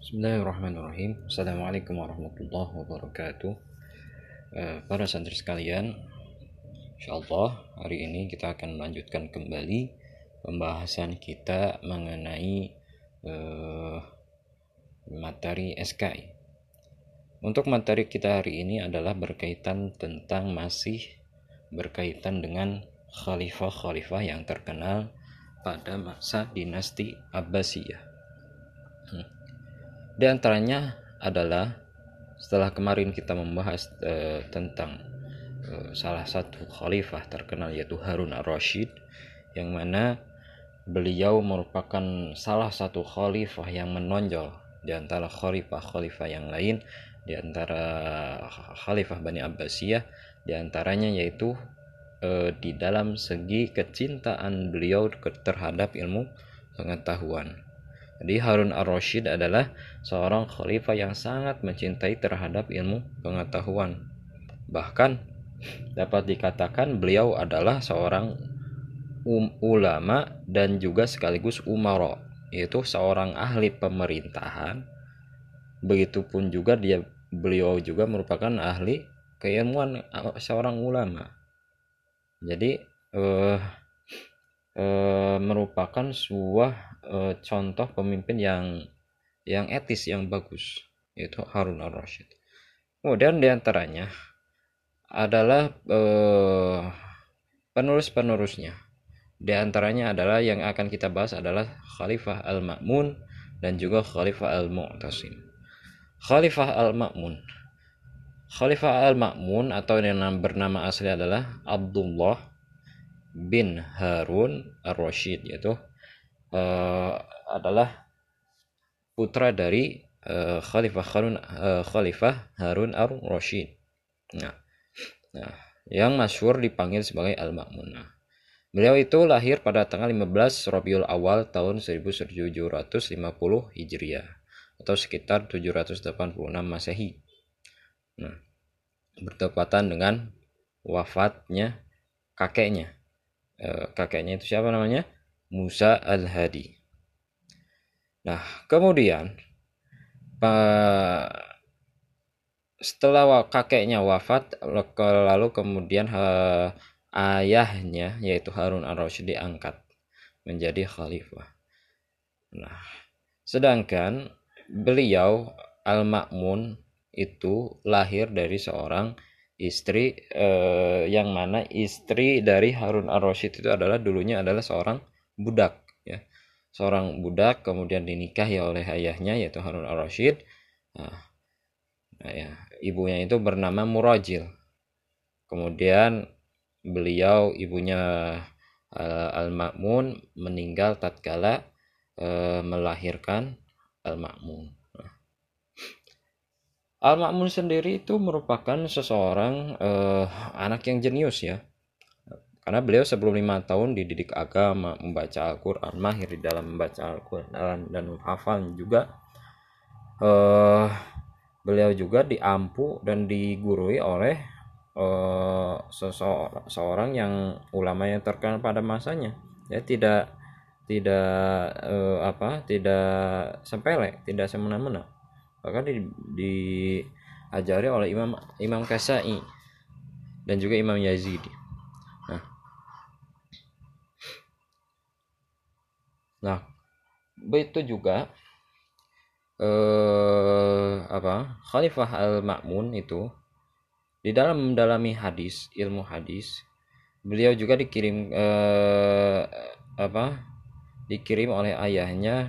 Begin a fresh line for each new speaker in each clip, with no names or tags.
Bismillahirrahmanirrahim. Assalamualaikum warahmatullahi wabarakatuh. Para santri sekalian, insyaallah hari ini kita akan melanjutkan kembali pembahasan kita mengenai materi SKI. Untuk materi kita hari ini adalah masih berkaitan dengan khalifah-khalifah yang terkenal pada masa dinasti Abbasiyah. Di antaranya adalah setelah kemarin kita membahas tentang salah satu khalifah terkenal yaitu Harun ar-Rasyid, yang mana beliau merupakan salah satu khalifah yang menonjol di antara khalifah-khalifah yang lain, di antara khalifah Bani Abbasiyah, di antaranya yaitu di dalam segi kecintaan beliau terhadap ilmu pengetahuan. Jadi Harun ar-Rasyid adalah seorang khalifah yang sangat mencintai terhadap ilmu pengetahuan. Bahkan dapat dikatakan beliau adalah seorang ulama dan juga sekaligus umara, yaitu seorang ahli pemerintahan. Begitupun juga beliau juga merupakan ahli keilmuan, seorang ulama. Jadi merupakan sebuah contoh pemimpin yang etis, yang bagus, yaitu Harun ar-Rasyid. Kemudian diantaranya adalah penerus-penerusnya. Di antaranya adalah yang akan kita bahas adalah Khalifah al-Ma'mun dan juga Khalifah al-Mu'tasim. Khalifah al-Ma'mun atau yang bernama asli adalah Abdullah bin Harun ar-Rasyid, yaitu adalah putra dari Khalifah Harun ar-Rasyid. Nah, yang masyhur dipanggil sebagai Al-Ma'mun. Beliau itu lahir pada tanggal 15 Rabiul Awal tahun 1750 Hijriah atau sekitar 786 Masehi. Nah, bertepatan dengan wafatnya kakeknya. Kakeknya itu siapa namanya? Musa al-Hadi. Nah, kemudian setelah kakeknya wafat, lalu kemudian ayahnya yaitu Harun ar-Rasyid diangkat menjadi khalifah. Nah, sedangkan beliau Al-Ma'mun itu lahir dari seorang istri, yang mana istri dari Harun ar-Rasyid itu dulunya adalah seorang budak, ya. Seorang budak kemudian dinikahi oleh ayahnya yaitu Harun ar-Rasyid. Nah, ya, ibunya itu bernama Murajil. Kemudian ibunya Al-Ma'mun meninggal tatkala melahirkan Al-Ma'mun. Al-Ma'mun sendiri itu merupakan seseorang anak yang jenius, ya, karena beliau sebelum 5 tahun dididik agama, membaca Al-Quran, mahir di dalam membaca Al-Quran dan menghafal juga. Beliau juga diampu dan digurui oleh seseorang yang ulama yang terkenal pada masanya, ya, tidak sepele, tidak semena-mena. Bahkan diajari oleh Imam Kasai dan juga Imam Yazidi. Nah, begitu juga Khalifah Al-Ma'mun itu di dalam mendalami ilmu hadis, beliau juga dikirim oleh ayahnya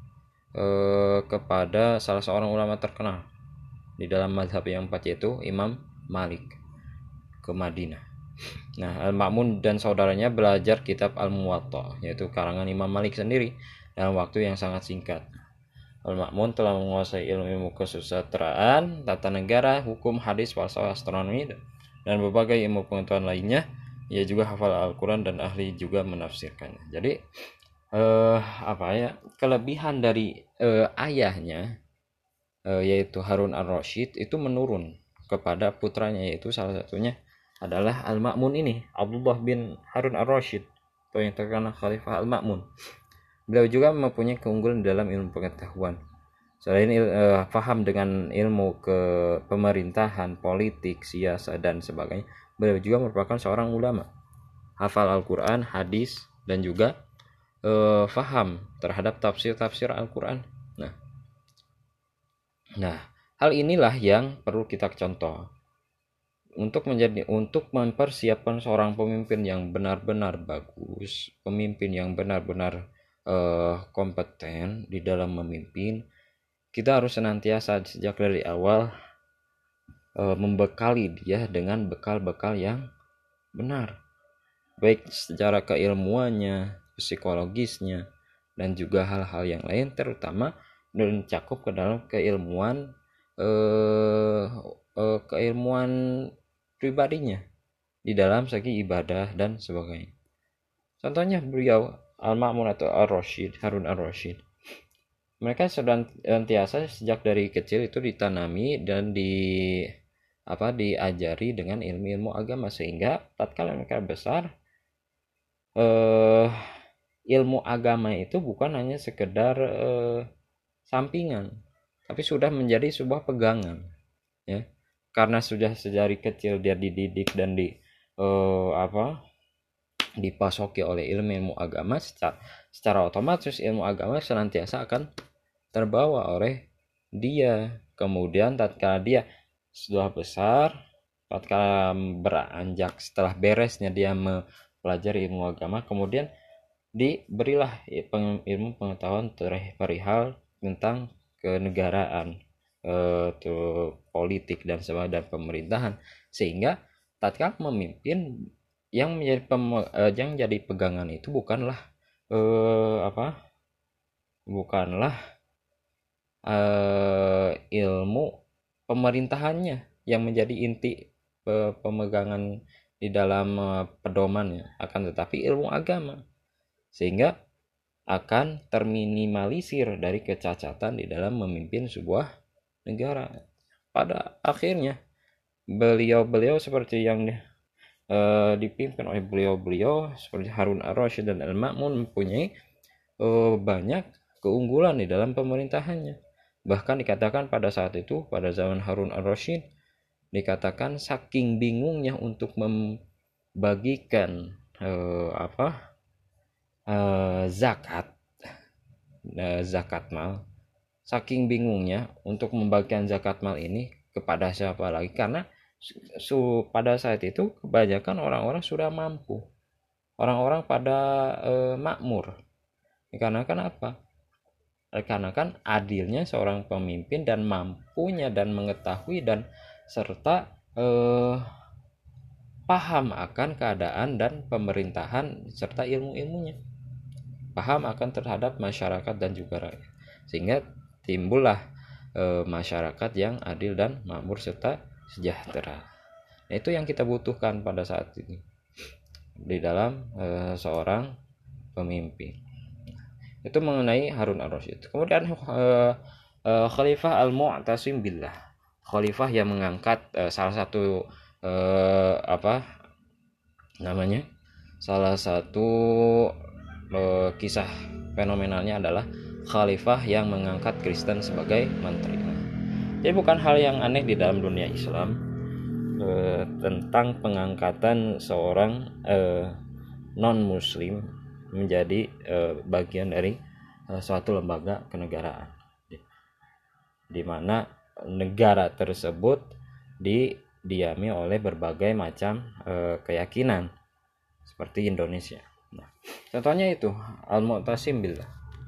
kepada salah seorang ulama terkenal di dalam mazhab yang 4, yaitu Imam Malik, ke Madinah. Nah, Al-Ma'mun dan saudaranya belajar kitab Al-Muwatta, yaitu karangan Imam Malik sendiri, dalam waktu yang sangat singkat. Al-Ma'mun telah menguasai ilmu kesusastraan, tata negara, hukum, hadis, falsafah, astronomi, dan berbagai ilmu pengetahuan lainnya. Ia juga hafal Al-Quran dan ahli juga menafsirkannya. Jadi kelebihan dari ayahnya yaitu Harun ar-Rasyid itu menurun kepada putranya, yaitu salah satunya adalah Al-Ma'mun ini, Abdullah bin Harun ar-Rasyid, atau yang terkenal Khalifah Al-Ma'mun. Beliau juga mempunyai keunggulan dalam ilmu pengetahuan. Selain paham dengan ilmu ke pemerintahan, politik, siasa dan sebagainya, beliau juga merupakan seorang ulama, hafal Al-Quran, hadis, dan juga faham terhadap tafsir-tafsir Al-Quran. Nah, hal inilah yang perlu kita contoh untuk mempersiapkan seorang pemimpin yang benar-benar bagus, pemimpin yang benar-benar kompeten di dalam memimpin. Kita harus senantiasa sejak dari awal membekali dia dengan bekal-bekal yang benar, baik secara keilmuannya, psikologisnya, dan juga hal-hal yang lain, terutama mencakup ke dalam keilmuan keilmuan pribadinya di dalam segi ibadah dan sebagainya. Contohnya beliau Al-Ma'mun atau Ar-Rasyid, Harun Ar-Rasyid. Mereka senantiasa sejak dari kecil itu ditanami dan diajari dengan ilmu-ilmu agama, sehingga tatkala mereka besar ilmu agama itu bukan hanya sekedar sampingan, tapi sudah menjadi sebuah pegangan, ya. Karena sudah sejak kecil dia dididik dan dipasoki oleh ilmu agama, secara otomatis ilmu agama senantiasa akan terbawa oleh dia. Kemudian tatkala dia sudah besar, tatkala beranjak setelah beresnya dia mempelajari ilmu agama, kemudian diberilah ilmu pengetahuan perihal tentang kenegaraan, politik dan sebagainya, dan pemerintahan, sehingga tatkala memimpin yang jadi pegangan itu bukanlah ilmu pemerintahannya yang menjadi inti pemegangan di dalam pedomannya, akan tetapi ilmu agama, sehingga akan terminimalisir dari kecacatan di dalam memimpin sebuah negara. Pada akhirnya beliau-beliau seperti yang dipimpin oleh beliau-beliau seperti Harun Ar-Rasyid dan Al-Ma'mun mempunyai banyak keunggulan di dalam pemerintahannya. Bahkan dikatakan pada saat itu, pada zaman Harun Ar-Rasyid, dikatakan saking bingungnya untuk membagikan zakat mal, saking bingungnya untuk membagikan zakat mal ini kepada siapa lagi, karena pada saat itu kebanyakan orang-orang sudah mampu, orang-orang pada makmur. Dikarenakan apa? Dikarenakan adilnya seorang pemimpin dan mampunya dan mengetahui dan serta paham akan keadaan dan pemerintahan serta ilmu-ilmunya, paham akan terhadap masyarakat dan juga rakyat, sehingga timbullah masyarakat yang adil dan makmur serta sejahtera. Nah, itu yang kita butuhkan pada saat ini di dalam seorang pemimpin. Itu mengenai Harun Ar-Rasyid. Kemudian Khalifah Al-Mu'tasim Billah, khalifah yang mengangkat salah satu salah satu kisah fenomenalnya adalah khalifah yang mengangkat Kristen sebagai menteri. Jadi bukan hal yang aneh di dalam dunia Islam tentang pengangkatan seorang non-muslim menjadi bagian dari suatu lembaga kenegaraan, di mana negara tersebut didiami oleh berbagai macam keyakinan seperti Indonesia. Nah, contohnya itu Al-Mu'tasim Billah.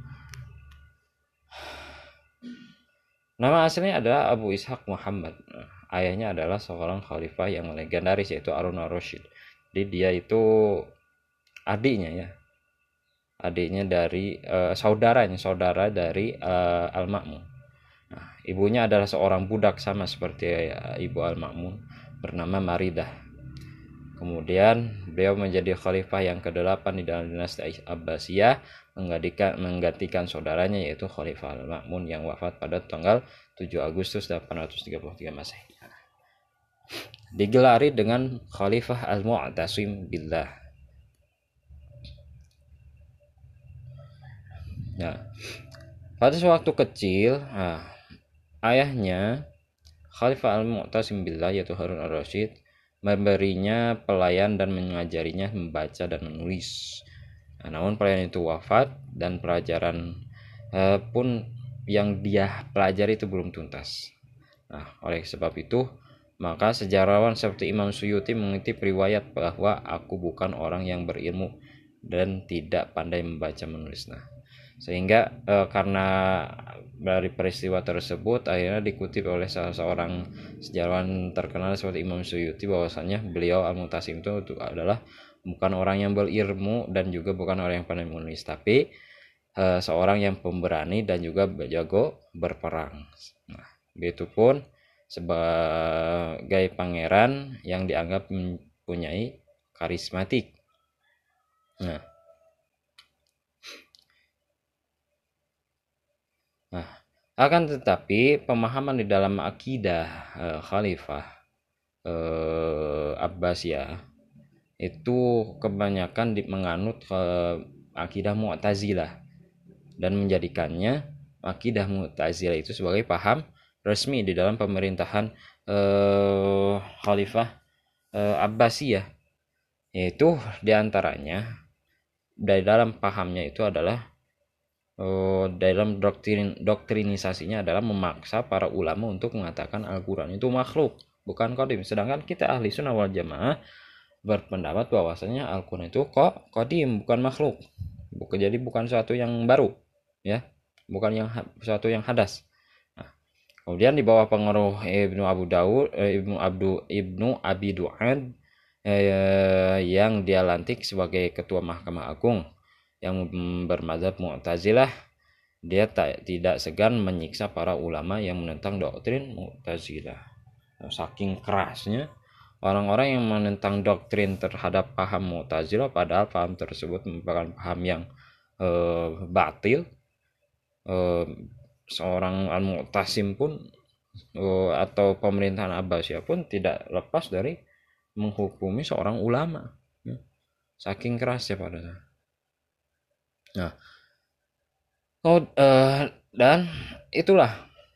Nama aslinya adalah Abu Ishaq Muhammad. Ayahnya adalah seorang khalifah yang legendaris, yaitu Harun Ar-Rasyid. Jadi dia itu adiknya dari saudara dari Al-Ma'mun. Nah, ibunya adalah seorang budak sama seperti ibu Al-Ma'mun, bernama Maridah. Kemudian beliau menjadi khalifah yang ke-8 di dalam dinasti Abbasiyah, menggantikan saudaranya yaitu Khalifah Al-Ma'mun yang wafat pada tanggal 7 Agustus 833 Masehi. Digelari dengan Khalifah Al-Mu'tasim Billah. Nah, Pada sewaktu kecil, ayahnya Khalifah Al-Mu'tasim Billah yaitu Harun Ar-Rasyid memberinya pelayan dan mengajarinya membaca dan menulis. Namun pelayan itu wafat dan pelajaran pun yang dia pelajari itu belum tuntas. Oleh sebab itu, maka sejarawan seperti Imam Suyuti mengutip riwayat bahwa aku bukan orang yang berilmu dan tidak pandai membaca menulis. Sehingga karena dari peristiwa tersebut akhirnya dikutip oleh salah seorang sejarawan terkenal seperti Imam Suyuti bahwasanya beliau Al-Mu'tasim itu adalah bukan orang yang berilmu dan juga bukan orang yang pandai menulis, tapi seorang yang pemberani dan juga jago berperang. Begitupun sebagai pangeran yang dianggap mempunyai karismatik. Akan tetapi pemahaman di dalam akidah Khalifah Abbasiyah itu kebanyakan menganut akidah Mu'tazilah dan menjadikannya akidah Mu'tazilah itu sebagai paham resmi di dalam pemerintahan Khalifah Abbasiyah, yaitu diantaranya dari dalam pahamnya itu adalah dalam doktrinisasinya adalah memaksa para ulama untuk mengatakan Al-Quran itu makhluk, bukan qadim. Sedangkan kita ahli sunnah wal jamaah berpendapat bahwasanya Al-Quran itu qadim, bukan makhluk. Jadi bukan sesuatu yang baru, ya, bukan yang sesuatu yang hadas. Kemudian di bawah pengaruh Ibnu Abi Du'ad yang dia lantik sebagai ketua Mahkamah Agung yang bermadzhab Mu'tazilah, dia tidak segan menyiksa para ulama yang menentang doktrin Mu'tazilah. Saking kerasnya orang-orang yang menentang doktrin terhadap paham Mu'tazilah, padahal paham tersebut merupakan paham yang batil. Seorang Al-Mu'tasim pun atau pemerintahan Abbasiyah pun tidak lepas dari menghukumi seorang ulama, saking kerasnya pada. Dan itulah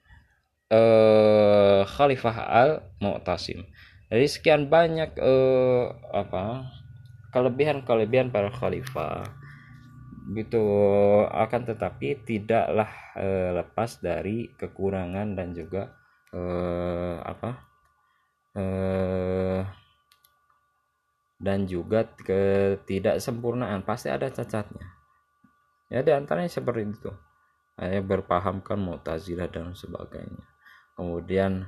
Khalifah Al-Mu'tasim. Dari sekian banyak kelebihan para khalifah gitu, akan tetapi tidaklah lepas dari kekurangan dan juga dan juga ketidaksempurnaan, pasti ada cacatnya. Ya, di antaranya seperti itu. Saya berpahamkan Mu'tazilah dan sebagainya. Kemudian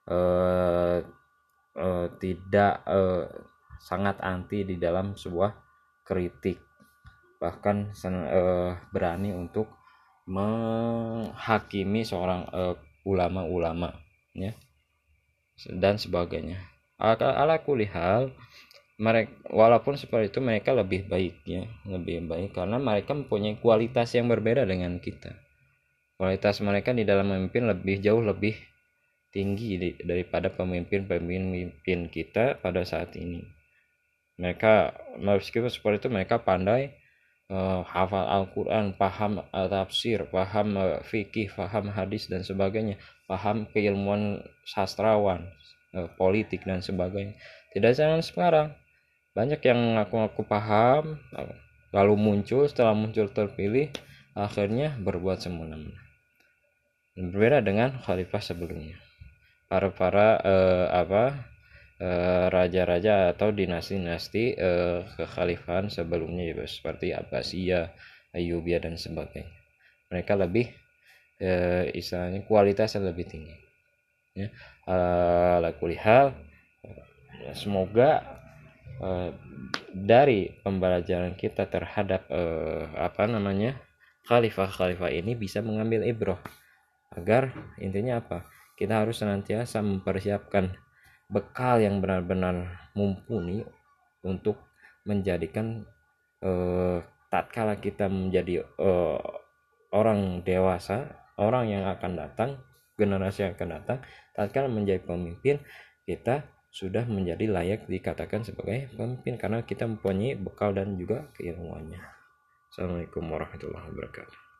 tidak sangat anti di dalam sebuah kritik, bahkan berani untuk menghakimi seorang ulama-ulama, ya, dan sebagainya. Ala kulihal, mereka walaupun seperti itu mereka lebih baik karena mereka mempunyai kualitas yang berbeda dengan kita. Kualitas mereka di dalam memimpin jauh lebih tinggi daripada pemimpin kita pada saat ini. Mereka meskipun seperti itu mereka pandai hafal Al-Quran, paham tafsir, paham fikih, paham hadis dan sebagainya, paham keilmuan sastrawan, politik dan sebagainya. Tidak jangan sekarang banyak yang ngaku paham, lalu setelah muncul terpilih akhirnya berbuat semena-mena. Berbeda dengan khalifah sebelumnya, para raja-raja atau dinasti-dinasti kekhalifahan sebelumnya, seperti Abbasiyah, Ayyubiyah dan sebagainya. Mereka lebih istilahnya kualitasnya lebih tinggi, ya. Ala kulli hal, semoga dari pembelajaran kita terhadap khalifah ini bisa mengambil ibrah, agar intinya kita harus senantiasa mempersiapkan bekal yang benar-benar mumpuni untuk menjadikan tatkala kita menjadi orang dewasa, orang yang akan datang, generasi yang akan datang, tatkala menjadi pemimpin, kita sudah menjadi layak dikatakan sebagai pemimpin karena kita mempunyai bekal dan juga keilmuannya. Assalamualaikum warahmatullahi wabarakatuh.